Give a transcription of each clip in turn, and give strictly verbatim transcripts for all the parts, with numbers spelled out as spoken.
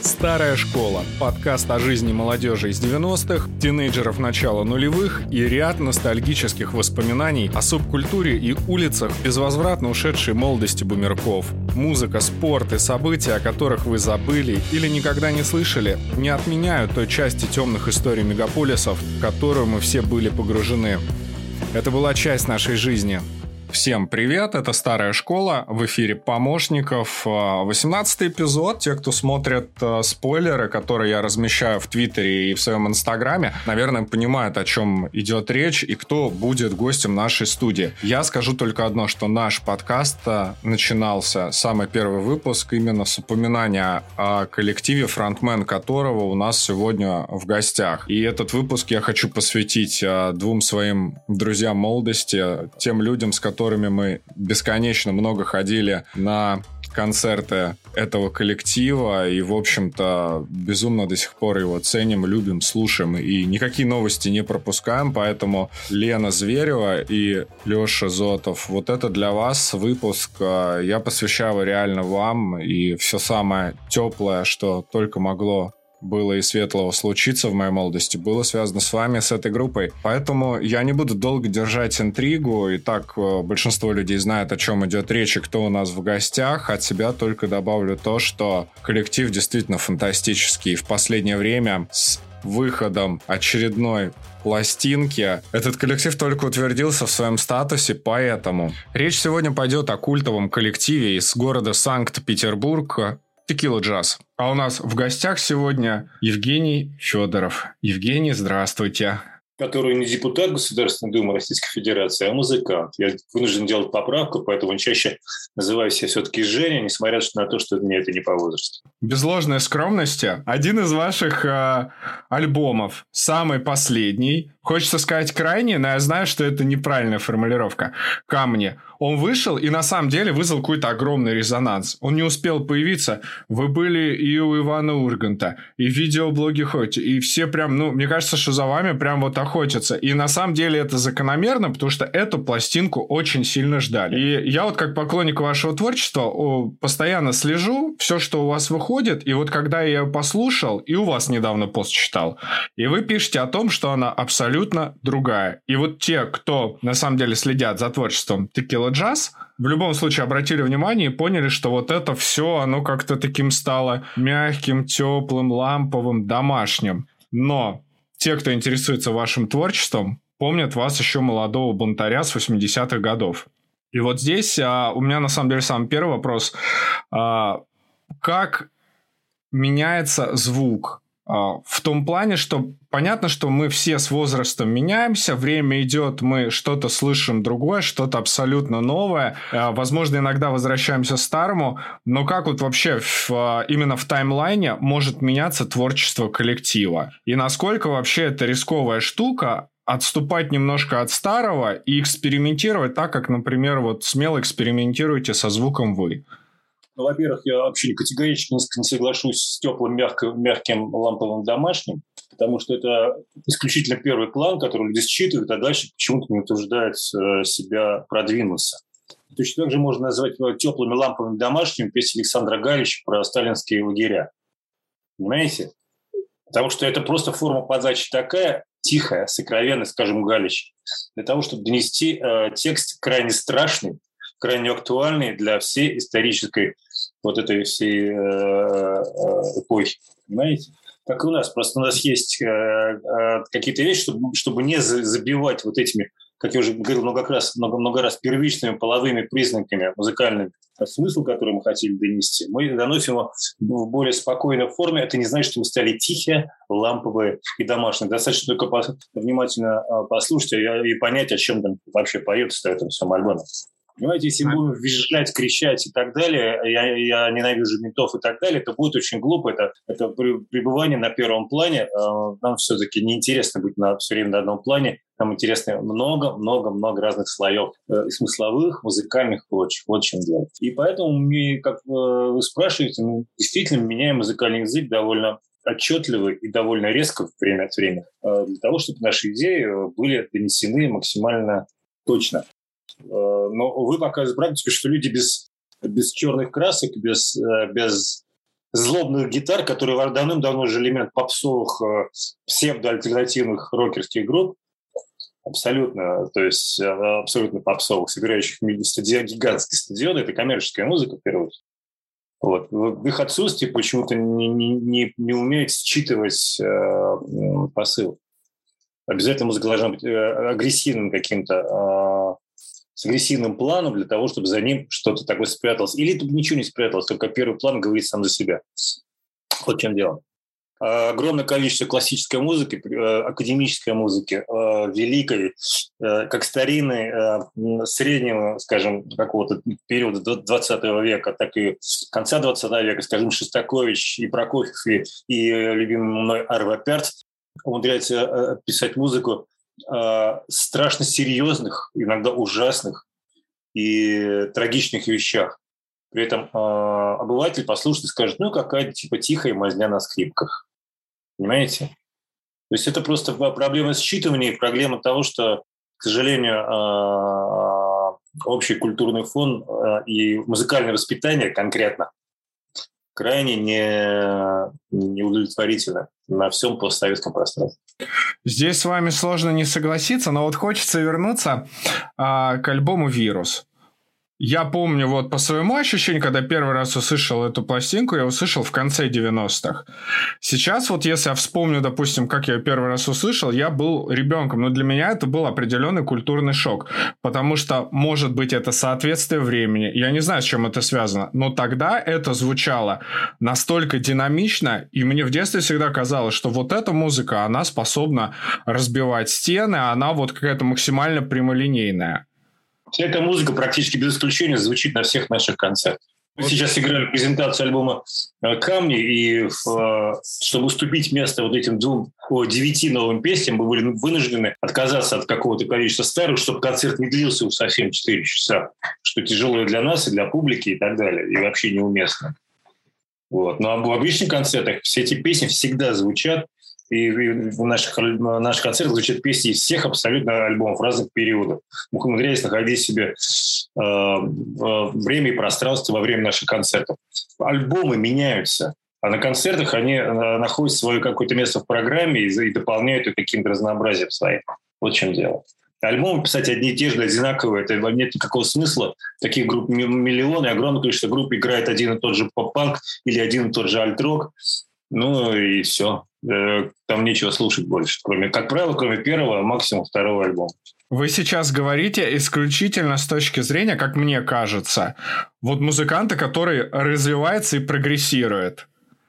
Старая школа. Подкаст о жизни молодежи из девяностых, тинейджеров начала нулевых и ряд ностальгических воспоминаний о субкультуре и улицах безвозвратно ушедшей молодости бумерков. Музыка, спорт и события, о которых вы забыли или никогда не слышали, не отменяют той части темных историй мегаполисов, в которую мы все были погружены. Это была часть нашей жизни. Всем привет, это Старая школа, в эфире Помощников, восемнадцатый эпизод. Те, кто смотрят спойлеры, которые я размещаю в Твиттере и в своем Инстаграме, наверное, понимают, о чем идет речь и кто будет гостем нашей студии. Я скажу только одно, что наш подкаст начинался, самый первый выпуск, именно с упоминания о коллективе, фронтмен которого у нас сегодня в гостях. И этот выпуск я хочу посвятить двум своим друзьям молодости, тем людям, с которыми которыми мы бесконечно много ходили на концерты этого коллектива и, в общем-то, безумно до сих пор его ценим, любим, слушаем и никакие новости не пропускаем, поэтому Лена Зверева и Леша Зотов, вот это для вас выпуск, я посвящаю реально вам, и все самое теплое, что только могло было и светлого случиться в моей молодости, было связано с вами, с этой группой. Поэтому я не буду долго держать интригу. И так большинство людей знает, о чем идет речь и кто у нас в гостях. От себя только добавлю то, что коллектив действительно фантастический. В последнее время с выходом очередной пластинки этот коллектив только утвердился в своем статусе, поэтому речь сегодня пойдет о культовом коллективе из города Санкт-Петербург Tequila Jazz. А у нас в гостях сегодня Евгений Федоров. Евгений, здравствуйте. Который не депутат Государственной Думы Российской Федерации, а музыкант. Я вынужден делать поправку, поэтому чаще называю себя все-таки Женя, несмотря на то, что мне это не по возрасту. Без ложной скромности, один из ваших э, альбомов, самый последний, хочется сказать крайний, но я знаю, что это неправильная формулировка, «Камни», он вышел и на самом деле вызвал какой-то огромный резонанс. Он не успел появиться. Вы были и у Ивана Урганта, и в видеоблоге Хоти, и все прям, ну, мне кажется, что за вами прям вот охотятся. И на самом деле это закономерно, потому что эту пластинку очень сильно ждали. И я вот как поклонник вашего творчества постоянно слежу, все, что у вас выходит, и вот когда я ее послушал, и у вас недавно пост читал, и вы пишете о том, что она абсолютно другая. И вот те, кто на самом деле следят за творчеством Tequila Jazz, в любом случае обратили внимание и поняли, что вот это все, оно как-то таким стало мягким, теплым, ламповым, домашним. Но те, кто интересуется вашим творчеством, помнят вас еще молодого бунтаря с восьмидесятых годов. И вот здесь а, у меня на самом деле самый первый вопрос. А, как меняется звук? В том плане, что понятно, что мы все с возрастом меняемся, время идет, мы что-то слышим другое, что-то абсолютно новое, возможно, иногда возвращаемся к старому, но как вот вообще в, именно в таймлайне может меняться творчество коллектива? И насколько вообще это рисковая штука отступать немножко от старого и экспериментировать так, как, например, вот смело экспериментируете со звуком вы? Ну, во-первых, я вообще категорически не соглашусь с теплым, мягким, мягким ламповым домашним, потому что это исключительно первый план, который люди считывают, а дальше почему-то не утверждают себя продвинуться. Точно так же можно назвать теплыми ламповыми домашними песню Александра Галича про сталинские лагеря. Понимаете? Потому что это просто форма подачи такая, тихая, сокровенная, скажем, Галич, для того, чтобы донести э, текст крайне страшный, крайне актуальный для всей исторической вот этой всей э, э, эпохи. Понимаете? Как и у нас. Просто у нас есть э, э, какие-то вещи, чтобы, чтобы не забивать вот этими, как я уже говорил много раз, много, много раз, первичными половыми признаками музыкальными, смысл, который мы хотели донести, мы доносим его в более спокойной форме. Это не значит, что мы стали тихие, ламповые и домашние. Достаточно только внимательно послушать и понять, о чем там вообще поется в этом всем альбоме. Понимаете, если мы будем визжать, кричать и так далее, я, я ненавижу ментов и так далее, это будет очень глупо. Это, это пребывание на первом плане. Нам все-таки неинтересно быть на, все время на одном плане. Нам интересно много-много-много разных слоев и смысловых, музыкальных и прочих. Вот в чем дело. И поэтому мы, как вы спрашиваете, мы действительно меняем музыкальный язык довольно отчетливо и довольно резко время от времени, для того, чтобы наши идеи были донесены максимально точно. Но, увы, показывает практика, что люди без, без черных красок, без, без злобных гитар, которые давным-давно уже элемент попсовых псевдоальтернативных рокерских групп. Абсолютно, то есть абсолютно попсовых, собирающих стадион, гигантские стадионы. Это коммерческая музыка, в первую очередь. Вот. В их отсутствии почему-то не, не, не умеет считывать э, посыл. Обязательно музыка должна быть агрессивным каким-то, э, с агрессивным планом для того, чтобы за ним что-то такое спряталось. Или тут ничего не спряталось, только первый план говорит сам за себя. Вот в чем дело. Огромное количество классической музыки, академической музыки, великой, как старинной, среднего, скажем, какого-то периода двадцатого века, так и конца двадцатого века, скажем, Шостакович и Прокофьев, и, и любимый мной Арво Пярт умудряется писать музыку страшно серьезных, иногда ужасных и трагичных вещах. При этом обыватель послушает и скажет, ну, какая-то типа тихая мазня на скрипках. Понимаете? То есть это просто проблема считывания, проблема того, что, к сожалению, общий культурный фон и музыкальное воспитание конкретно крайне не, неудовлетворительно на всем постсоветском пространстве. Здесь с вами сложно не согласиться, но вот хочется вернуться а, к альбому «Вирус». Я помню вот по своему ощущению, когда первый раз услышал эту пластинку, я услышал в конце девяностых. Сейчас вот если я вспомню, допустим, как я ее первый раз услышал, я был ребенком, но для меня это был определенный культурный шок, потому что, может быть, это соответствие времени, я не знаю, с чем это связано, но тогда это звучало настолько динамично, и мне в детстве всегда казалось, что вот эта музыка, она способна разбивать стены, она вот какая-то максимально прямолинейная. Вся эта музыка практически без исключения звучит на всех наших концертах. Мы сейчас играли презентацию альбома «Камни», и в, чтобы уступить место вот этим двум, о, девяти новым песням, мы были вынуждены отказаться от какого-то количества старых, чтобы концерт не длился уж совсем четыре часа, что тяжело и для нас, и для публики, и так далее, и вообще неуместно. Вот. Но в обычных концертах все эти песни всегда звучат, и в наших, в наших концертах звучат песни из всех абсолютно альбомов разных периодов. Мы умудрялись находить себе э, время и пространство во время наших концертов. Альбомы меняются, а на концертах они находят свое какое-то место в программе и, и дополняют ее каким-то разнообразием своим. Вот в чем дело. Альбомы писать одни и те же, одинаковые, это нет никакого смысла. Таких групп миллионы, огромное количество групп играет один и тот же поп-панк или один и тот же альт-рок. Ну и все. Там нечего слушать больше. Кроме, как правило, кроме первого, максимум второго альбома. Вы сейчас говорите исключительно с точки зрения, как мне кажется, вот музыканта, который развивается и прогрессирует.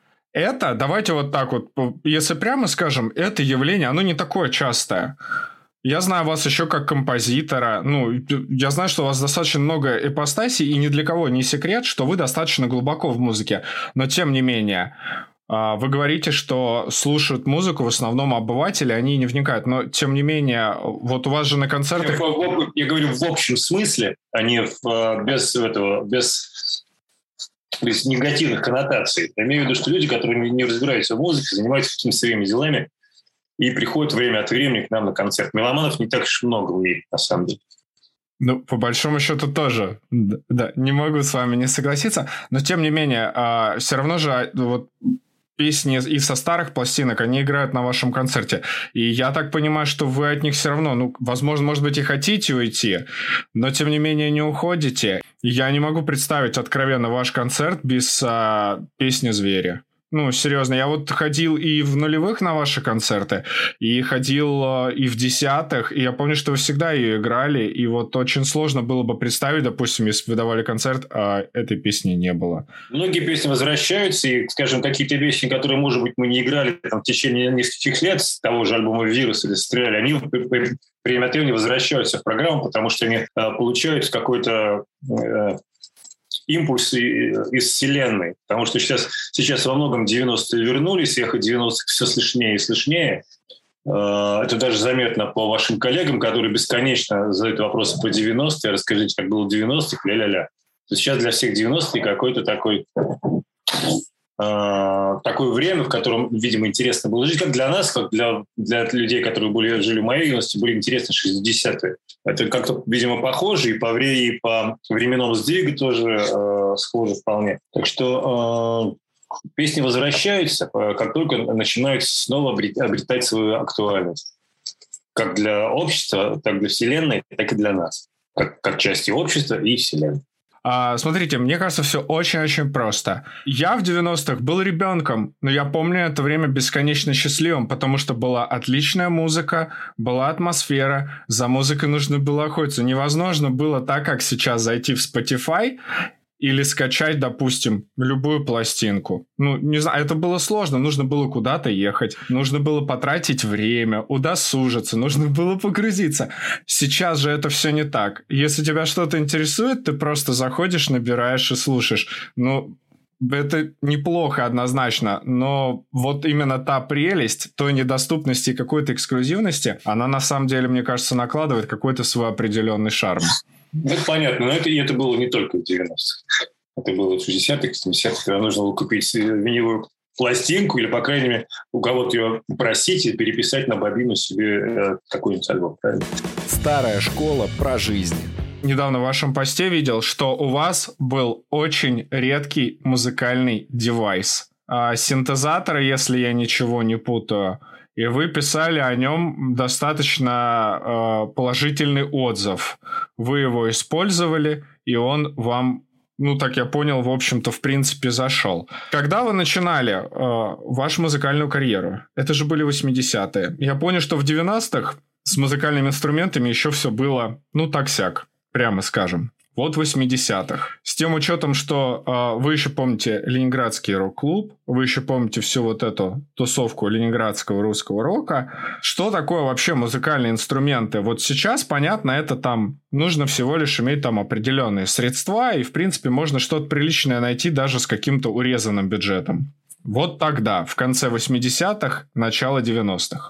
Это, давайте вот так вот, если прямо скажем, это явление, оно не такое частое. Я знаю вас еще как композитора. Ну, я знаю, что у вас достаточно много ипостасей, и ни для кого не секрет, что вы достаточно глубоко в музыке. Но тем не менее... Вы говорите, что слушают музыку в основном обыватели, они не вникают, но тем не менее, вот у вас же на концертах... Я, я говорю в общем смысле, а не в, без этого, без, без негативных коннотаций. Я имею в виду, что люди, которые не разбираются в музыке, занимаются какими-то своими делами и приходят время от времени к нам на концерт. Меломанов не так уж много в мире, на самом деле. Ну, по большому счету тоже, да, не могу с вами не согласиться, но тем не менее, все равно же вот песни и со старых пластинок, они играют на вашем концерте. И я так понимаю, что вы от них все равно, ну, возможно, может быть, и хотите уйти, но, тем не менее, не уходите. Я не могу представить откровенно ваш концерт без а, песни «Звери». Ну, серьезно, я вот ходил и в нулевых на ваши концерты, и ходил и в десятых, и я помню, что вы всегда ее играли, и вот очень сложно было бы представить, допустим, если бы вы давали концерт, а этой песни не было. Многие песни возвращаются, и, скажем, какие-то песни, которые, может быть, мы не играли там, в течение нескольких лет с того же альбома «Вирус» или «Стреляли», они время от времени возвращаются в программу, потому что они получают какой-то... импульс из вселенной, потому что сейчас, сейчас во многом девяностые вернулись, ехать девяностых все слышнее и слышнее. Это даже заметно по вашим коллегам, которые бесконечно задают вопросы по девяностым. Расскажите, как было в девяностых, ля-ля-ля. То сейчас для всех девяностые какой-то такой... такое время, в котором, видимо, интересно было жить, как для нас, как для, для людей, которые были, жили в моей юности, были интересны шестидесятые. Это как-то, видимо, похоже, и по, вре- и по временному сдвигу тоже э, схоже вполне. Так что Песни возвращаются, как только начинают снова обретать свою актуальность. Как для общества, так и для Вселенной, так и для нас. Как, как части общества и Вселенной. А, смотрите, мне кажется, все очень-очень просто. Я в девяностых был ребенком, но я помню это время бесконечно счастливым, потому что была отличная музыка, была атмосфера, за музыкой нужно было охотиться. Невозможно было так, как сейчас, зайти в Spotify или скачать, допустим, любую пластинку. Ну, не знаю, это было сложно. Нужно было куда-то ехать, нужно было потратить время, удосужиться, нужно было погрузиться. Сейчас же это все не так. Если тебя что-то интересует, ты просто заходишь, набираешь и слушаешь. Ну, это неплохо однозначно, но вот именно та прелесть той недоступности и какой-то эксклюзивности, она на самом деле, мне кажется, накладывает какой-то свой определенный шарм. Это понятно, но это, это было не только в девяностых. Это было в шестидесятых, семидесятых, когда нужно было купить виниловую пластинку или, по крайней мере, у кого-то ее попросить и переписать на бобину себе э, какой-нибудь альбом. Правильно? Старая школа про жизнь. Недавно в вашем посте видел, что у вас был очень редкий музыкальный девайс. А, синтезатор, если я ничего не путаю. И вы писали о нем достаточно э, положительный отзыв. Вы его использовали, и он вам, ну, так я понял, в общем-то, в принципе, зашел. Когда вы начинали э, вашу музыкальную карьеру? Это же были восьмидесятые. Я понял, что в девяностых с музыкальными инструментами еще все было, ну, так-сяк, прямо скажем. Вот в восьмидесятых. С тем учетом, что э, вы еще помните Ленинградский рок-клуб, вы еще помните всю вот эту тусовку ленинградского русского рока. Что такое вообще музыкальные инструменты? Вот сейчас, понятно, это там нужно всего лишь иметь там определенные средства, и, в принципе, можно что-то приличное найти даже с каким-то урезанным бюджетом. Вот тогда, в конце восьмидесятых, начало девяностых.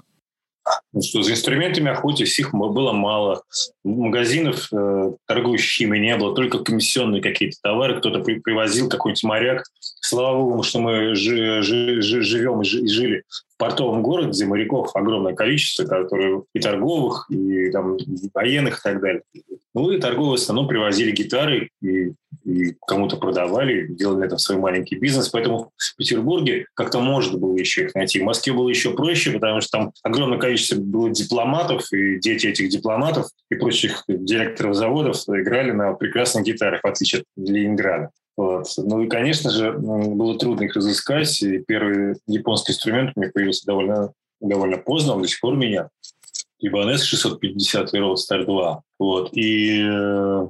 Ну что, за инструментами охотились, их было мало. Магазинов, э, торгующих ими, не было. Только комиссионные какие-то товары. Кто-то при, привозил, какой-нибудь моряк. Слава богу, что мы жи, жи, жи, живем и, жи, и жили в портовом городе, где моряков огромное количество, которые и торговых, и там, военных и так далее. Ну и торговые в основном привозили гитары и, и кому-то продавали, делали на этом свой маленький бизнес. Поэтому в Петербурге как-то можно было еще их найти. В Москве было еще проще, потому что там огромное количество было дипломатов, и дети этих дипломатов и прочих директоров заводов играли на прекрасных гитарах, в отличие от Ленинграда. Вот. Ну и, конечно же, было трудно их разыскать. И первый японский инструмент у меня появился довольно, довольно поздно, он до сих пор у меня. Ibanez шестьсот пятьдесят Roadstar два. Вот. И э,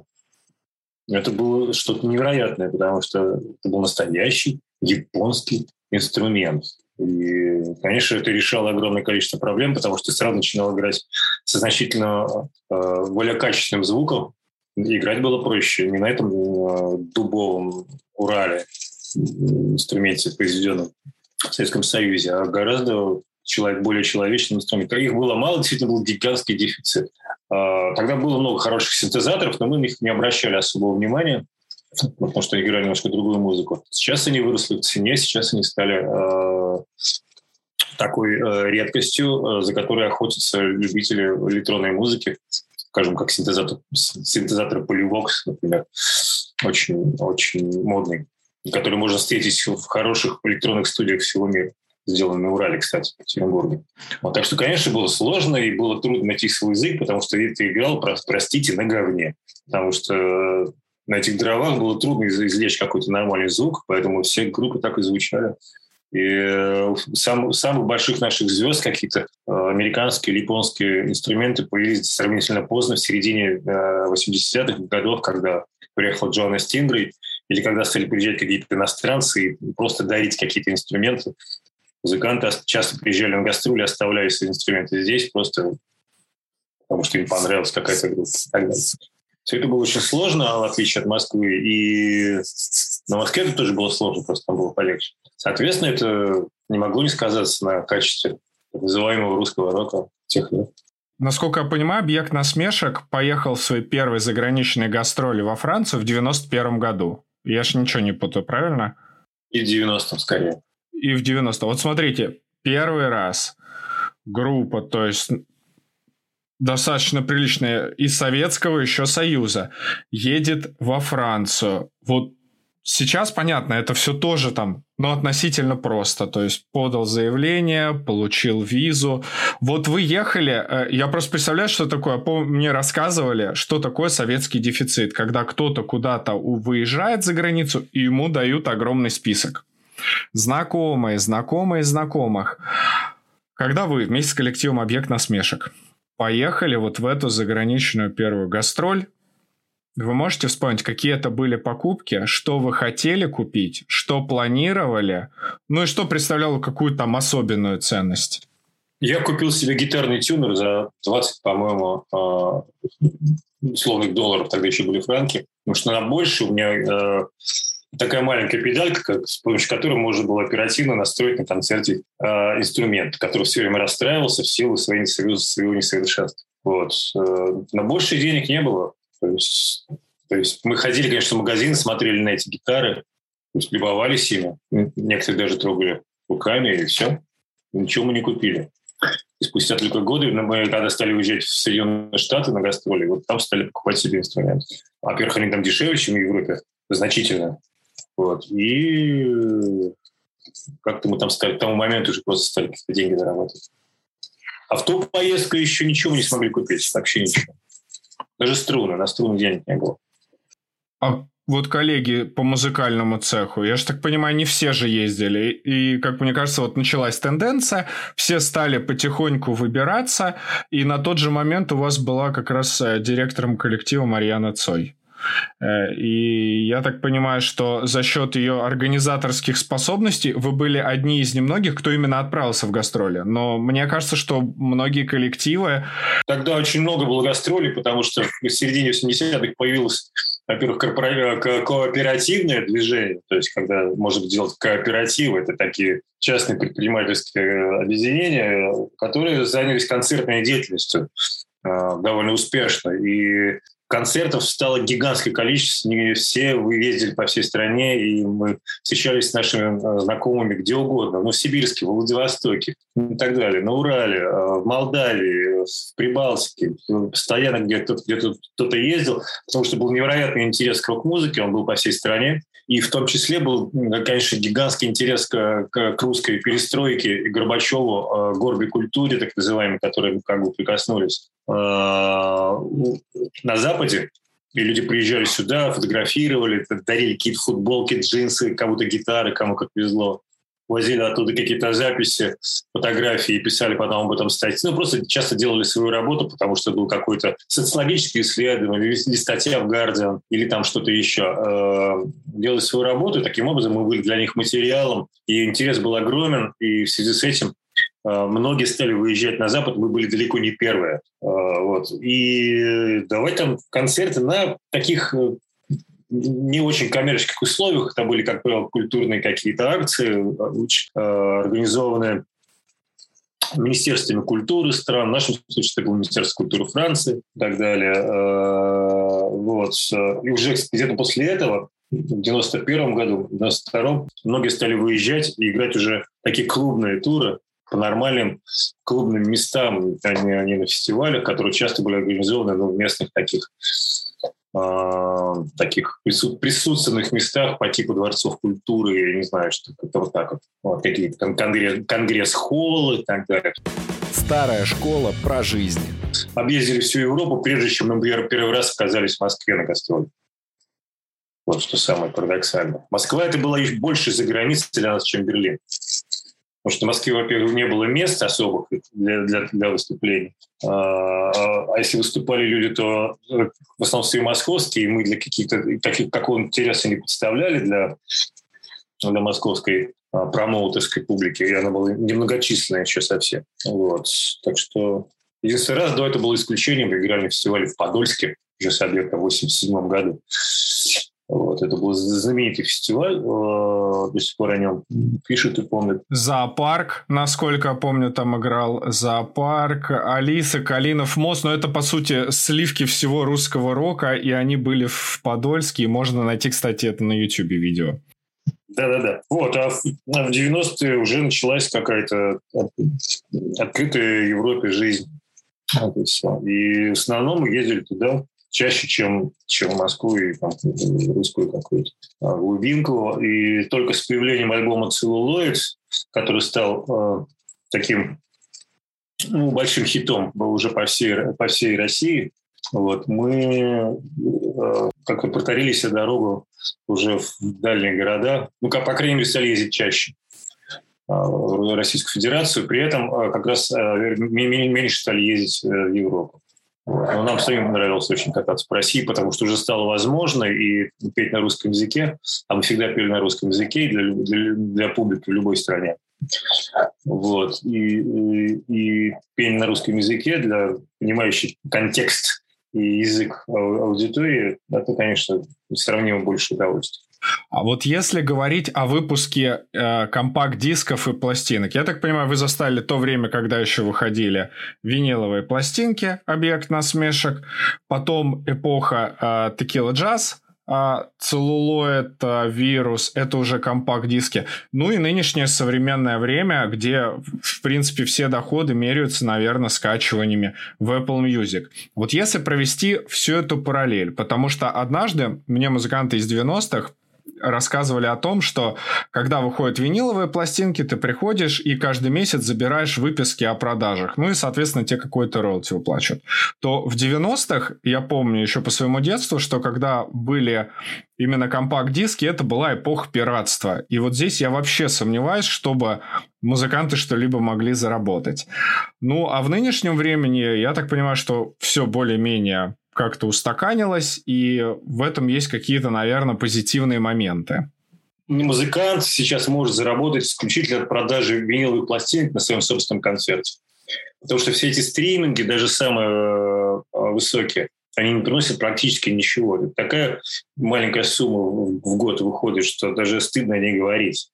это было что-то невероятное, потому что это был настоящий японский инструмент. И, конечно, это решало огромное количество проблем, потому что ты сразу начинал играть со значительно э, более качественным звуком. Играть было проще. Не на этом э, дубовом Урале инструменте, произведенном в Советском Союзе, а гораздо человек, более человечным инструментом. Их было мало, действительно был гигантский дефицит. Э, тогда было много хороших синтезаторов, но мы на них не обращали особого внимания, потому что играли немножко другую музыку. Сейчас они выросли в цене, сейчас они стали э, такой э, редкостью, э, за которой охотятся любители электронной музыки, скажем, как синтезатор, синтезатор Polyvox, например, очень, очень модный, который можно встретить в хороших электронных студиях всего мира, сделанный на Урале, кстати, в Екатеринбурге. Вот, так что, конечно, было сложно и было трудно найти свой язык, потому что ты играл, простите, на говне, потому что на этих дровах было трудно извлечь какой-то нормальный звук, поэтому все группы так и звучали. И сам, самых больших наших звезд какие-то американские или японские инструменты появились сравнительно поздно, в середине восьмидесятых годов, когда приехал Джоанна Стингрей, или когда стали приезжать какие-то иностранцы и просто дарить какие-то инструменты. Музыканты часто приезжали на гастроли, оставляли свои инструменты здесь просто потому, что им понравилась какая-то группа и так далее. Все это было очень сложно, в отличие от Москвы. И на Москве это тоже было сложно, просто там было полегче. Соответственно, это не могло не сказаться на качестве так называемого русского рока тех лет. Насколько я понимаю, «Объект насмешек» поехал в свои первые заграничные гастроли во Францию в девяносто первом году. Я ж ничего не путаю, правильно? И в девяностом скорее. И в девяностом. Вот смотрите, первый раз группа, то есть достаточно приличная из Советского еще Союза, едет во Францию. Вот сейчас, понятно, это все тоже там, но относительно просто. То есть подал заявление, получил визу. Вот вы ехали, я просто представляю, что такое. Мне рассказывали, что такое советский дефицит, когда кто-то куда-то выезжает за границу, и ему дают огромный список. Знакомые, знакомые знакомых. Когда вы вместе с коллективом «Объект насмешек» поехали вот в эту заграничную первую гастроль, вы можете вспомнить, какие это были покупки, что вы хотели купить, что планировали, ну и что представляло какую-то там особенную ценность? Я купил себе гитарный тюнер за двадцать, по-моему, условных долларов, тогда еще были франки, потому что на больше у меня такая маленькая педалька, с помощью которой можно было оперативно настроить на концерте инструмент, который все время расстраивался в силу своей, своего несовершенства. Вот. На больше денег не было. То есть, то есть мы ходили, конечно, в магазин, смотрели на эти гитары, то есть любовались ими. Некоторые даже трогали руками, и все. Ничего мы не купили. И спустя только годы, мы когда стали уезжать в Соединенные Штаты на гастроли, вот там стали покупать себе инструменты. Во-первых, они там дешевле, чем в Европе, значительно. Вот. И как-то мы там стали, к тому моменту уже просто стали какие-то деньги зарабатывать. А в ту поездку еще ничего не смогли купить, вообще ничего. Даже струны, на струны денег не было. А вот коллеги по музыкальному цеху, я же так понимаю, не все же ездили. И, как мне кажется, вот началась тенденция, все стали потихоньку выбираться, и на тот же момент у вас была как раз директором коллектива Марьяна Цой. И я так понимаю, что за счет ее организаторских способностей вы были одни из немногих, кто именно отправился в гастроли. Но мне кажется, что многие коллективы... Тогда очень много было гастролей, потому что в середине восьмидесятых появилось, во-первых, корпора... кооперативное движение, то есть когда можно делать кооперативы, это такие частные предпринимательские объединения, которые занялись концертной деятельностью довольно успешно. И концертов стало гигантское количество, не все вы ездили по всей стране, и мы встречались с нашими знакомыми где угодно, ну, в Сибирске, в Владивостоке и так далее, на Урале, в Молдавии, в Прибалтике, постоянно где-то, где-то кто-то ездил, потому что был невероятный интерес к рок-музыке, он был по всей стране, и в том числе был, конечно, гигантский интерес к, к русской перестройке и Горбачеву, к горбе культуре, так называемой, которой мы как бы прикоснулись на Западе, и люди приезжали сюда, фотографировали, дарили какие-то футболки, джинсы, кому-то гитары, кому как повезло. Возили оттуда какие-то записи, фотографии, писали потом об этом статьи. Ну, просто часто делали свою работу, потому что был какой-то социологический исследование, или статья в Guardian, или там что-то еще. Делали свою работу, и таким образом мы были для них материалом, и интерес был огромен, и в связи с этим многие стали выезжать на Запад, мы были далеко не первые. Вот. И давать там концерты на таких не очень коммерческих условиях. Это были, как правило, культурные какие-то акции, организованные министерствами культуры стран. В нашем случае это было Министерство культуры Франции и так далее. Вот. И уже где-то после этого, в девяносто первом году, в девяносто втором, многие стали выезжать и играть уже такие клубные туры по нормальным клубным местам, а не, а не на фестивалях, которые часто были организованы ну, в местных таких, э, таких прису- присутственных местах по типу дворцов культуры, я не знаю, что это вот так вот, вот какие-то конгресс, конгресс-холлы и так далее. Старая школа про жизнь. Объездили всю Европу, прежде чем мы первый раз оказались в Москве на гастроле. Вот что самое парадоксальное. Москва это была еще больше за границей для нас, чем Берлин. Потому что в Москве, во-первых, не было мест особых для, для, для выступлений. А, а если выступали люди, то в основном свои московские, и мы для каких-то, каких, какого интереса не представляли для, для московской а, промоутерской публики. И она была немногочисленная еще совсем. Вот. Так что единственный раз до этого было исключением. Мы играли на фестивале в Подольске уже с объектом в восемьдесят седьмом году. Вот, это был знаменитый фестиваль, до сих пор о нем пишут и помнят. Зоопарк, насколько я помню, там играл Зоопарк, Алиса, Калинов мост, но это, по сути, сливки всего русского рока, и они были в Подольске, и можно найти, кстати, это на Ютубе видео. Да-да-да. Вот, а в девяностые уже началась какая-то открытая в Европе жизнь. Вот и все. И в основном мы ездили туда, чаще, чем, чем в Москву и там, русскую какую-то глубинку. И только с появлением альбома «Целлулоид», который стал э, таким ну, большим хитом, был уже по всей, по всей России, вот, мы э, как-то протарили себе дорогу уже в дальние города. Ну, как, по крайней мере, стали ездить чаще в Российскую Федерацию, при этом как раз меньше стали ездить в Европу. Но нам самим нравилось очень кататься по России, потому что уже стало возможно и петь на русском языке, а мы всегда пели на русском языке для, для, для публики в любой стране. Вот. И, и, и пение на русском языке для понимающих контекст и язык аудитории, это, конечно, несравнимо больше удовольствия. А вот если говорить о выпуске э, компакт-дисков и пластинок, я так понимаю, вы застали то время, когда еще выходили виниловые пластинки, объект насмешек, потом эпоха э, текила-джаз, э, целлулоид, э, вирус, это уже компакт-диски. Ну и нынешнее современное время, где, в принципе, все доходы меряются, наверное, скачиваниями в Apple Music. Вот если провести всю эту параллель, потому что однажды мне музыканты из девяностых рассказывали о том, что когда выходят виниловые пластинки, ты приходишь и каждый месяц забираешь выписки о продажах. Ну и, соответственно, тебе какой-то роялти выплачивают. То в девяностых, я помню еще по своему детству, что когда были именно компакт-диски, это была эпоха пиратства. И вот здесь я вообще сомневаюсь, чтобы музыканты что-либо могли заработать. Ну, а в нынешнем времени, я так понимаю, что все более-менее как-то устаканилось, и в этом есть какие-то, наверное, позитивные моменты. Музыкант сейчас может заработать исключительно от продажи виниловых пластинок на своем собственном концерте. Потому что все эти стриминги, даже самые высокие, они не приносят практически ничего. Это такая маленькая сумма в год выходит, что даже стыдно о ней говорить.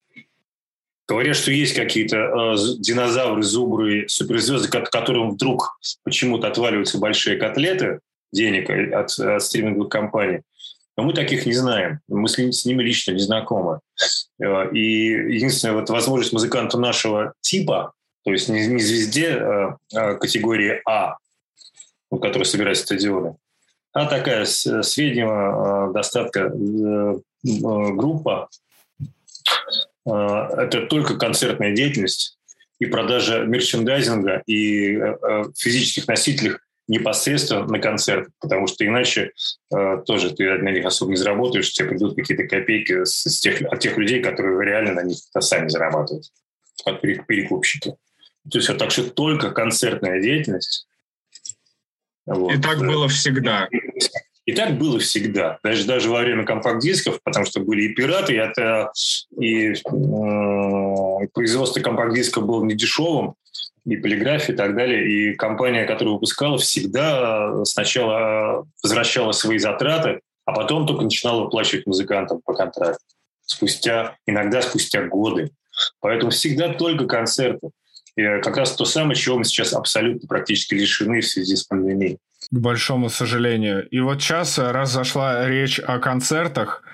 Говорят, что есть какие-то э, динозавры, зубры, суперзвезды, которым вдруг почему-то отваливаются большие котлеты денег от, от стриминговых компаний. Но мы таких не знаем. Мы с, с ними лично не знакомы. И единственная вот возможность музыканта нашего типа, то есть не, не звезде а, а категории А, который собирает стадионы, а такая среднего а, достатка а, группа, а, это только концертная деятельность и продажа мерчендайзинга и а, физических носителей непосредственно на концерт, потому что иначе э, тоже ты на них особо не заработаешь, тебе придут какие-то копейки с, с тех, от тех людей, которые реально на них сами зарабатывают, от перекупщики. То есть вот так что только концертная деятельность. Вот. И так было всегда. И так было всегда. Даже, даже во время компакт-дисков, потому что были и пираты, и, это, и э, производство компакт-дисков было недешевым, и полиграфия и так далее. И компания, которая выпускала, всегда сначала возвращала свои затраты, а потом только начинала выплачивать музыкантам по контракту. Спустя, иногда спустя годы. Поэтому всегда только концерты. И как раз то самое, чего мы сейчас абсолютно практически лишены в связи с пандемией. К большому сожалению. И вот сейчас, раз зашла речь о концертах,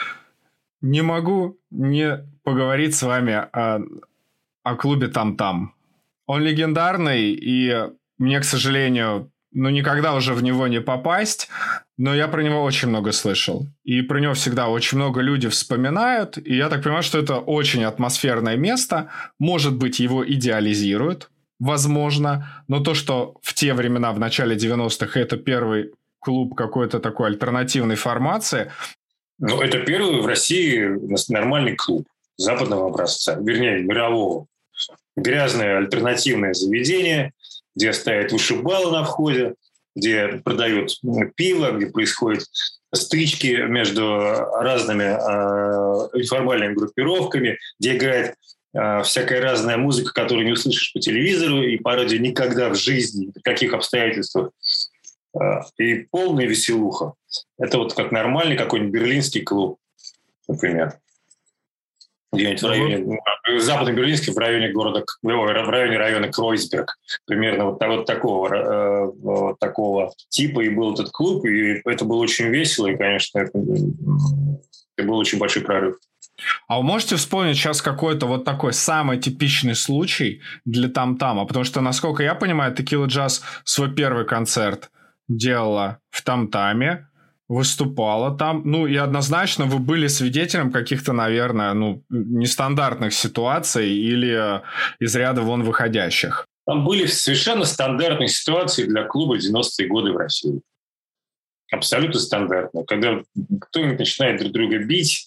не могу не поговорить с вами о, о клубе «Там-там». Он легендарный, и мне, к сожалению, ну, никогда уже в него не попасть, но я про него очень много слышал. И про него всегда очень много людей вспоминают, и я так понимаю, что это очень атмосферное место. Может быть, его идеализируют, возможно, но то, что в те времена, в начале девяностых, это первый клуб какой-то такой альтернативной формации. Ну, это первый в России нормальный клуб западного образца, вернее, мирового. Грязное альтернативное заведение, где стоят вышибалы на входе, где продают пиво, где происходят стычки между разными э, информальными группировками, где играет э, всякая разная музыка, которую не услышишь по телевизору и по радио никогда в жизни, в каких обстоятельствах. Э, и полная веселуха. Это вот как нормальный какой-нибудь берлинский клуб, например. Где-нибудь в районе, западно-берлинский, в районе города, в районе района Кройсберг. Примерно вот, вот, такого, вот такого типа и был этот клуб. И это было очень весело, и, конечно, это, это был очень большой прорыв. А вы можете вспомнить сейчас какой-то вот такой самый типичный случай для Там-Тама? Потому что, насколько я понимаю, Текила Джаз свой первый концерт делала в Там-Таме, выступала там. Ну, и однозначно вы были свидетелем каких-то, наверное, ну, нестандартных ситуаций или из ряда вон выходящих. Там были совершенно стандартные ситуации для клуба в девяностые годы в России. Абсолютно стандартно. Когда кто-нибудь начинает друг друга бить,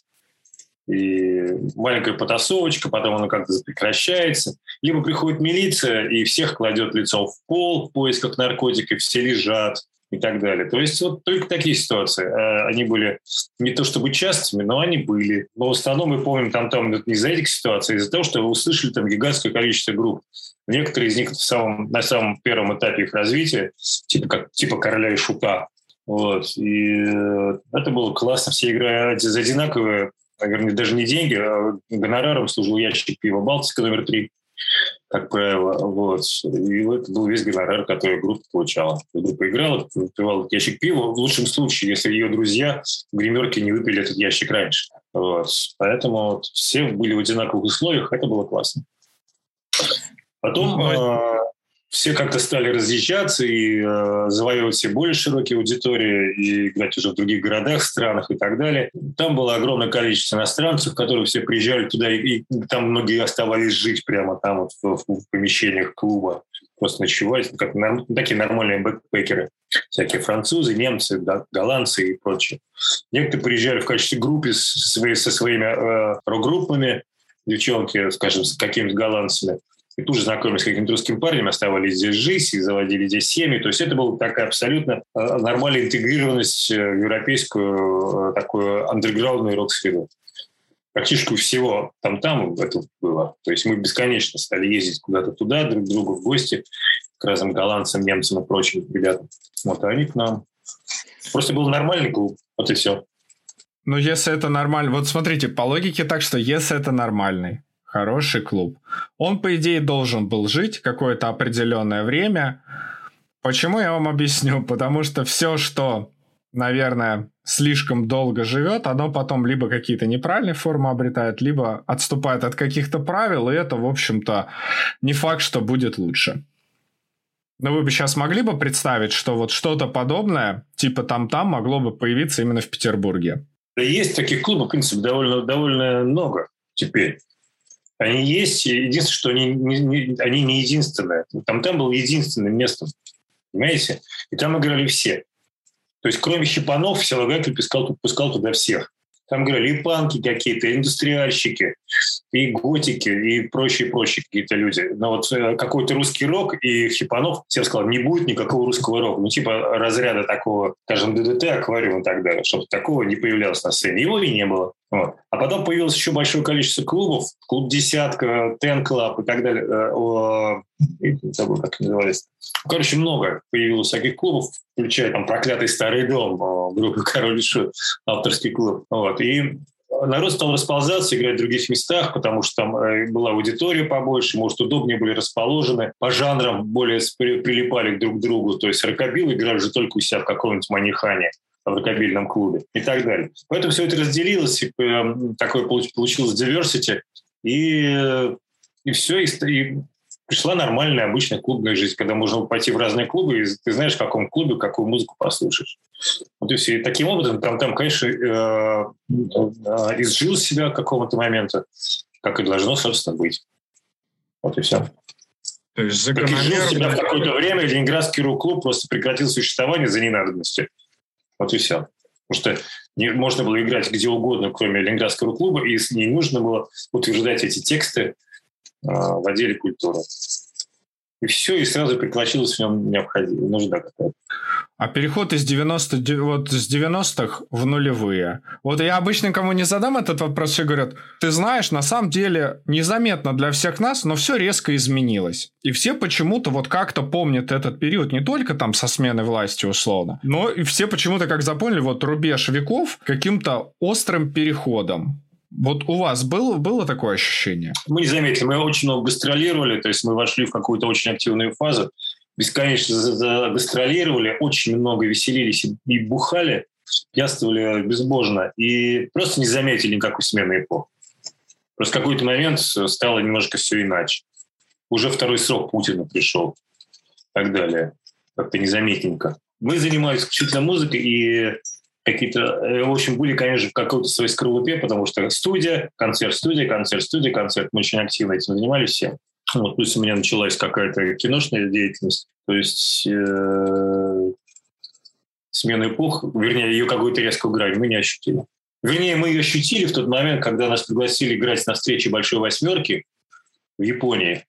и маленькая потасовочка, потом она как-то прекращается. Либо приходит милиция и всех кладет лицом в пол в поисках наркотиков, все лежат и так далее. То есть вот только такие ситуации. Они были не то чтобы частыми, но они были. Но в основном мы помним там, там не из-за этих ситуаций, а из-за того, что вы услышали там гигантское количество групп. Некоторые из них в самом, на самом первом этапе их развития, типа, как, типа «Короля и Шута». Вот. И это было классно. Все играли за одинаковые, наверное, даже не деньги, а гонораром служил ящик пива «Балтика» номер три, как правило. Вот. И это был весь гонорар, который группа получала. Группа играла, выпивала ящик пива. В лучшем случае, если ее друзья в гримерке не выпили этот ящик раньше. Вот. Поэтому вот, все были в одинаковых условиях. Это было классно. Потом э, все как-то стали разъезжаться и э, завоевывать все более широкие аудитории и играть уже в других городах, странах и так далее. Там было огромное количество иностранцев, которые все приезжали туда, и, и там многие оставались жить прямо там вот в, в помещениях клуба, просто ночевать, как, такие нормальные бэкпекеры, всякие французы, немцы, да, голландцы и прочее. Некоторые приезжали в качестве группы со, свои, со своими э, рок-группами, девчонки, скажем, с какими-то голландцами, и тут же знакомились с каким-то русским парнем, оставались здесь жить и заводили здесь семьи. То есть это была такая абсолютно нормальная интегрированность в европейскую такую андерграундную рок-среду. Практически у всего там-там это было. То есть мы бесконечно стали ездить куда-то туда, друг к другу в гости, к разным голландцам, немцам и прочим ребятам. Вот, а они к нам. Просто был нормальный клуб. Вот и все. Ну, если это нормально... Вот смотрите, по логике так, что если это нормальный, хороший клуб. Он, по идее, должен был жить какое-то определенное время. Почему, я вам объясню. Потому что все, что, наверное, слишком долго живет, оно потом либо какие-то неправильные формы обретает, либо отступает от каких-то правил, и это, в общем-то, не факт, что будет лучше. Но вы бы сейчас могли бы представить, что вот что-то подобное, типа там-там, могло бы появиться именно в Петербурге? Да есть таких клубов, в принципе, довольно, довольно много теперь. Они есть, единственное, что они не, не, они не единственные. Там-там был единственным местом, понимаете? И там играли все. То есть кроме хипанов, Силагатель пускал, пускал туда всех. Там играли и панки какие-то, и индустриальщики, и готики, и прочие-прочие какие-то люди. Но вот какой-то русский рок и хипанов, всем сказал, не будет никакого русского рока. Ну, типа разряда такого, скажем, ДДТ, аквариум и так далее, чтобы такого не появлялось на сцене. Его и не было. Вот. А потом появилось еще большое количество клубов, клуб «Десятка», «Ten Club» и так далее. Не забыл, как они назывались. Короче, много появилось всяких клубов, включая там «Проклятый старый дом», группа «Король и Шут», авторский клуб. Вот. И народ стал расползаться, играть в других местах, потому что там была аудитория побольше, может, удобнее были расположены, по жанрам более прилипали друг к другу. То есть рокобилы играли же только у себя в каком-нибудь манихане, в рокобильном клубе и так далее. Поэтому все это разделилось, и такое получилось diversity, и, и все, и, и пришла нормальная, обычная клубная жизнь, когда можно пойти в разные клубы, и ты знаешь, в каком клубе какую музыку послушаешь. Вот и все. И таким образом там, там конечно, э, э, изжил себя к какому-то моменту, как и должно, собственно, быть. Вот и все. То есть закономерно... Как изжил себя в какое-то время, Ленинградский рок-клуб просто прекратил существование за ненадобностью. Вот и все. Потому что не, можно было играть где угодно, кроме Ленинградского клуба, и не нужно было утверждать эти тексты э, в отделе культуры. И все, и сразу прекращилась в нем необходимость, нужда какая-то. А переход из девяностых, вот с девяностых в нулевые. Вот я обычно кому не задам этот вопрос, все говорят, ты знаешь, на самом деле незаметно для всех нас, но все резко изменилось. И все почему-то вот как-то помнят этот период не только там со сменой власти условно, но и все почему-то как запомнили вот рубеж веков каким-то острым переходом. Вот у вас было, было такое ощущение? Мы не заметили, мы очень много гастролировали, то есть мы вошли в какую-то очень активную фазу, бесконечно гастролировали, очень много веселились и бухали, пьянствовали безбожно, и просто не заметили никакой смены эпох. Просто в какой-то момент стало немножко все иначе. Уже второй срок Путина пришел и так далее. Как-то незаметненько. мы занимались исключительно музыкой, и какие-то, в общем, были, конечно, в какой-то своей скорлупе, потому что студия, концерт, студия, концерт, студия, концерт. Мы очень активно этим занимались все. Вот, плюс у меня началась какая-то киношная деятельность. То есть э, смену эпох, вернее, ее какую-то резкую грань мы не ощутили. Вернее, мы ее ощутили в тот момент, когда нас пригласили играть на встрече «Большой восьмерки» в Японии.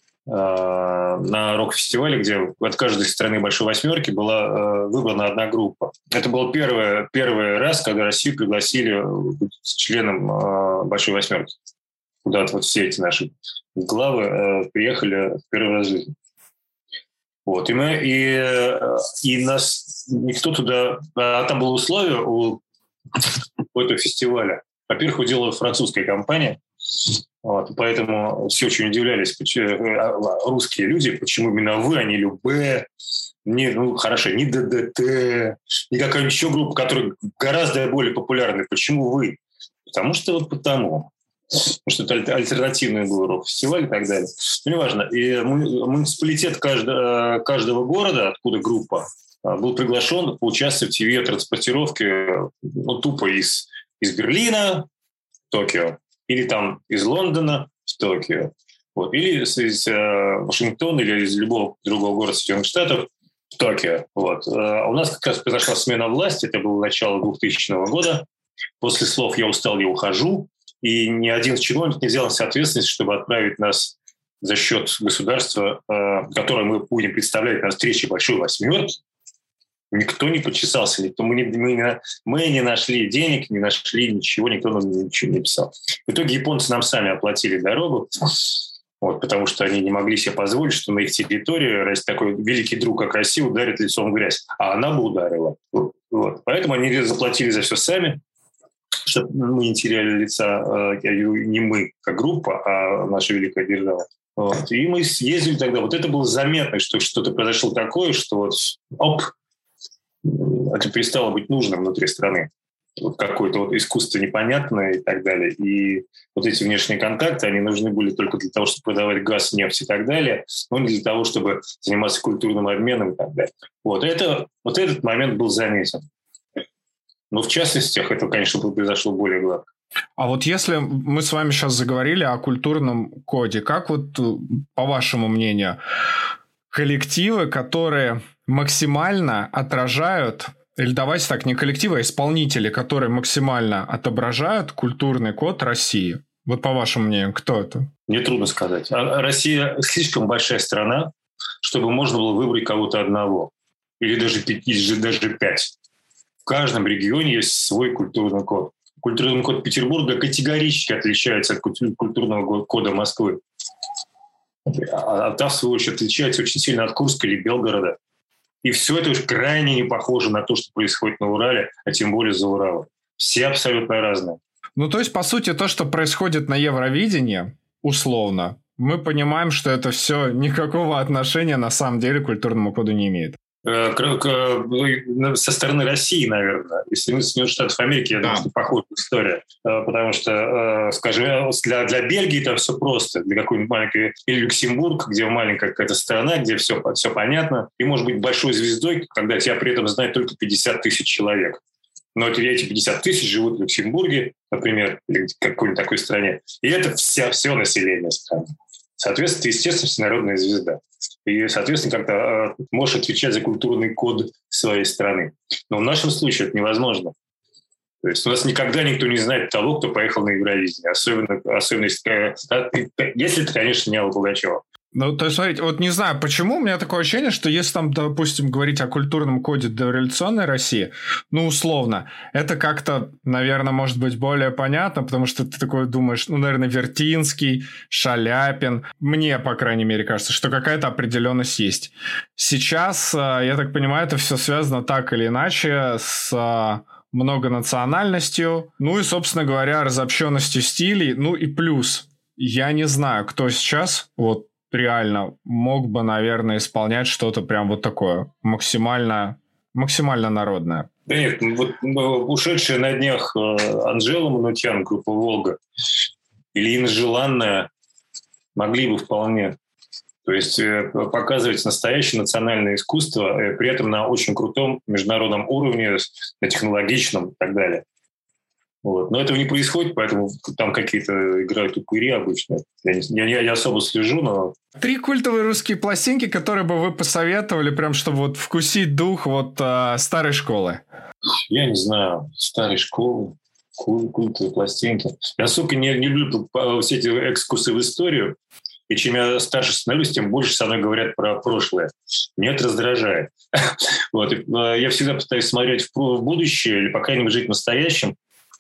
На рок-фестивале, где от каждой страны «Большой восьмерки» была выбрана одна группа. Это был первый, первый раз, когда Россию пригласили с членом «Большой восьмерки». Куда-то вот все эти наши главы приехали в первый раз в жизни. Вот. И, мы, и, и нас никто туда... А там было условие у этого фестиваля. Во-первых, его делала французская компания. Вот, поэтому все очень удивлялись, почему, русские люди, почему именно вы, а не Любэ, не, ну, хорошо, не ДДТ, не какая-нибудь еще группа, которая гораздо более популярна. Почему вы? Потому что вот потому. Потому что это альтернативный был рок-фестиваль и так далее. Ну, неважно. И муниципалитет каждого, каждого города, откуда группа, был приглашен поучаствовать в авиатранспортировке, ну, тупо из, из Берлина в Токио. Или там из Лондона в Токио, вот. Или из, из э, Вашингтона, или из любого другого города Соединенных Штатов в Токио. Вот. А у нас как раз произошла смена власти, это было начало двухтысячного года. После слов «я устал, я ухожу», и ни один чиновник не взял на себя ответственность, чтобы отправить нас за счет государства, э, которое мы будем представлять на встрече «Большой восьмерки». Никто не почесался, никто, мы, не, мы, не, мы не нашли денег, не нашли ничего, никто нам ничего не писал. В итоге японцы нам сами оплатили дорогу, вот, потому что они не могли себе позволить, что на их территории раз такой великий друг, как Россия, ударит лицом в грязь. А она бы ударила. Вот. Поэтому они заплатили за все сами, чтобы мы не теряли лица, не мы как группа, а наша великая держава. Вот. И мы съездили тогда. Вот это было заметно, что что-то произошло такое, что вот оп, это перестало быть нужным внутри страны. Вот какое-то вот искусство непонятное и так далее. И вот эти внешние контакты, они нужны были только для того, чтобы продавать газ, нефть и так далее, но не для того, чтобы заниматься культурным обменом и так далее. Вот, это, вот этот момент был заметен. Но в частностях это, конечно, произошло более гладко. А вот если мы с вами сейчас заговорили о культурном коде, как вот, по вашему мнению, коллективы, которые максимально отражают, или давайте так, не коллективы, а исполнители, которые максимально отображают культурный код России. Вот по вашему мнению, кто это? Мне трудно сказать. Россия слишком большая страна, чтобы можно было выбрать кого-то одного. Или даже, или даже пять. В каждом регионе есть свой культурный код. Культурный код Петербурга категорически отличается от культурного кода Москвы. А та, в свою очередь, отличается очень сильно от Курска или Белгорода. И все это уж крайне не похоже на то, что происходит на Урале, а тем более за Уралом. Все абсолютно разные. Ну, то есть, по сути, то, что происходит на Евровидении, условно, мы понимаем, что это все никакого отношения на самом деле к культурному коду не имеет. Со стороны России, наверное. Если мы Соединенных Штатов Америки, я думаю, что похожая история. Потому что, скажем, для, для Бельгии там все просто. Для какой-нибудь маленькой... Или Люксембург, где маленькая какая-то страна, где все, все понятно. И может быть большой звездой, когда тебя при этом знает только пятьдесят тысяч человек. Но эти пятьдесят тысяч живут в Люксембурге, например, или в какой-нибудь такой стране. И это вся, все население страны. Соответственно, ты, естественно, всенародная звезда. И, соответственно, как-то э, можешь отвечать за культурный код своей страны. Но в нашем случае это невозможно. То есть у нас никогда никто не знает того, кто поехал на Евровидение. Особенно, особенно если, если это, конечно, не Алла Пугачева. Ну, то есть, смотрите, вот не знаю, почему у меня такое ощущение, что если там, допустим, говорить о культурном коде дореволюционной России, ну, условно, это как-то, наверное, может быть более понятно, потому что ты такой думаешь, ну, наверное, Вертинский, Шаляпин. Мне, по крайней мере, кажется, что какая-то определенность есть. Сейчас, я так понимаю, это все связано так или иначе с многонациональностью, ну и, собственно говоря, разобщенностью стилей, ну и плюс, я не знаю, кто сейчас, вот, реально мог бы, наверное, исполнять что-то прям вот такое, максимально, максимально народное. Да нет, вот ушедшая на днях Анжела Манукян, группа «Волга», или Инна Желанная могли бы вполне. То есть показывать настоящее национальное искусство, при этом на очень крутом международном уровне, на технологичном и так далее. Вот. Но этого не происходит, поэтому там какие-то играют упыри обычно. Я не, я не особо слежу, но... Три культовые русские пластинки, которые бы вы посоветовали, прям чтобы вот вкусить дух вот а, старой школы. Я не знаю, старой школы, культовые пластинки. Я, сука, не, не люблю все эти экскурсы в историю. И чем я старше становлюсь, тем больше со мной говорят про прошлое. Меня это раздражает. Вот. Я всегда пытаюсь смотреть в будущее или, по крайней мере, жить в настоящем.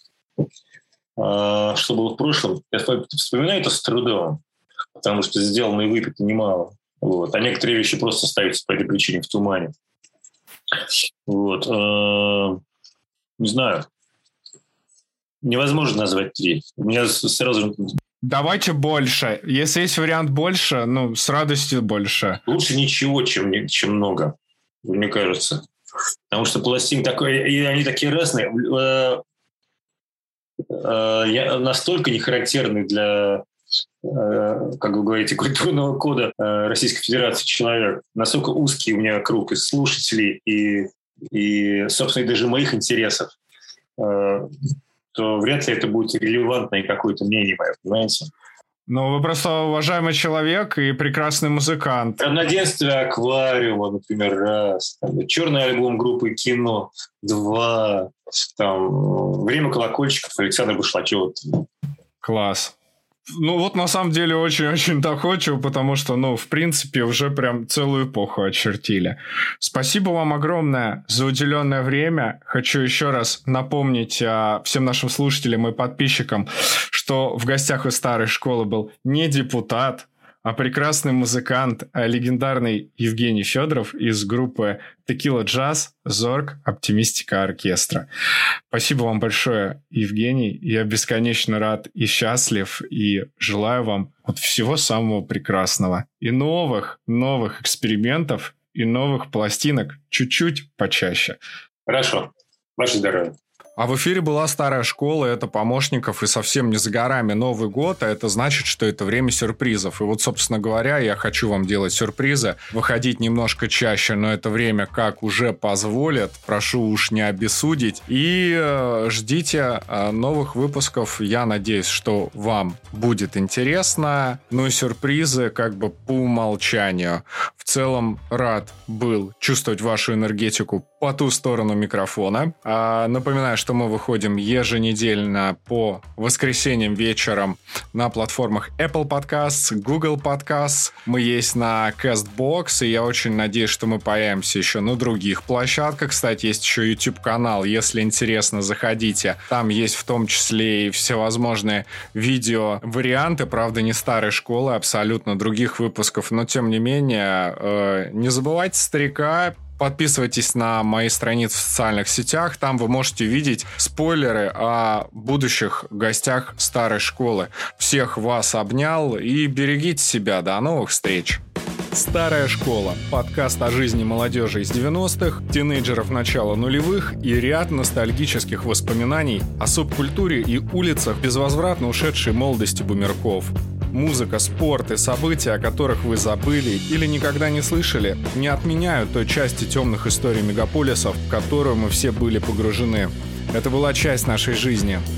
Что было в прошлом, я вспоминаю это с трудом, потому что сделано и выпито немало. Вот. А некоторые вещи просто остаются по этой причине в тумане. Вот. Не знаю. Невозможно назвать три. У меня сразу... Давайте больше. Если есть вариант больше, ну, с радостью больше. Лучше ничего, чем, чем много, мне кажется. Потому что пластинки такой, и они такие разные. Я настолько не характерный для, как вы говорите, культурного кода Российской Федерации человек, настолько узкий у меня круг из слушателей и, и собственно, даже моих интересов, то вряд ли это будет релевантное какое-то мнение мое, понимаете? Ну, вы просто уважаемый человек и прекрасный музыкант. «Равноденствие Аквариума», например, раз. Там, «Черный альбом» группы «Кино», два. Там, «Время колокольчиков» Александра Башлачева. Класс. Ну, вот на самом деле очень-очень доходчиво, потому что, ну, в принципе, уже прям целую эпоху очертили. Спасибо вам огромное за уделенное время. Хочу еще раз напомнить а, всем нашим слушателям и подписчикам, что в гостях у старой школы был не депутат, а прекрасный музыкант, а легендарный Евгений Федоров из группы Tequila Jazz Зорг Оптимистика Оркестра. Спасибо вам большое, Евгений. Я бесконечно рад и счастлив, и желаю вам вот всего самого прекрасного. И новых, новых экспериментов, и новых пластинок чуть-чуть почаще. Хорошо. Ваше здоровье. А в эфире была старая школа, это помощников, и совсем не за горами Новый год, а это значит, что это время сюрпризов. И вот, собственно говоря, я хочу вам делать сюрпризы, выходить немножко чаще, но это время как уже позволит, прошу уж не обессудить. И э, ждите э, новых выпусков, я надеюсь, что вам будет интересно. Ну и сюрпризы как бы по умолчанию. В целом рад был чувствовать вашу энергетику по ту сторону микрофона. А, напоминаю, что мы выходим еженедельно по воскресеньям вечером на платформах Apple Podcasts, Google Podcasts. Мы есть на CastBox, и я очень надеюсь, что мы появимся еще на других площадках. Кстати, есть еще YouTube-канал, если интересно, заходите. Там есть в том числе и всевозможные видео-варианты, правда, не старой школы, абсолютно других выпусков, но тем не менее, э, не забывайте старика. Подписывайтесь на мои страницы в социальных сетях. Там вы можете видеть спойлеры о будущих гостях старой школы. Всех вас обнял и берегите себя. До новых встреч. Старая школа. Подкаст о жизни молодежи из девяностых, тинейджеров начала нулевых и ряд ностальгических воспоминаний о субкультуре и улицах безвозвратно ушедшей молодости бумерков. Музыка, спорт и события, о которых вы забыли или никогда не слышали, не отменяют той части темных историй мегаполисов, в которую мы все были погружены. Это была часть нашей жизни.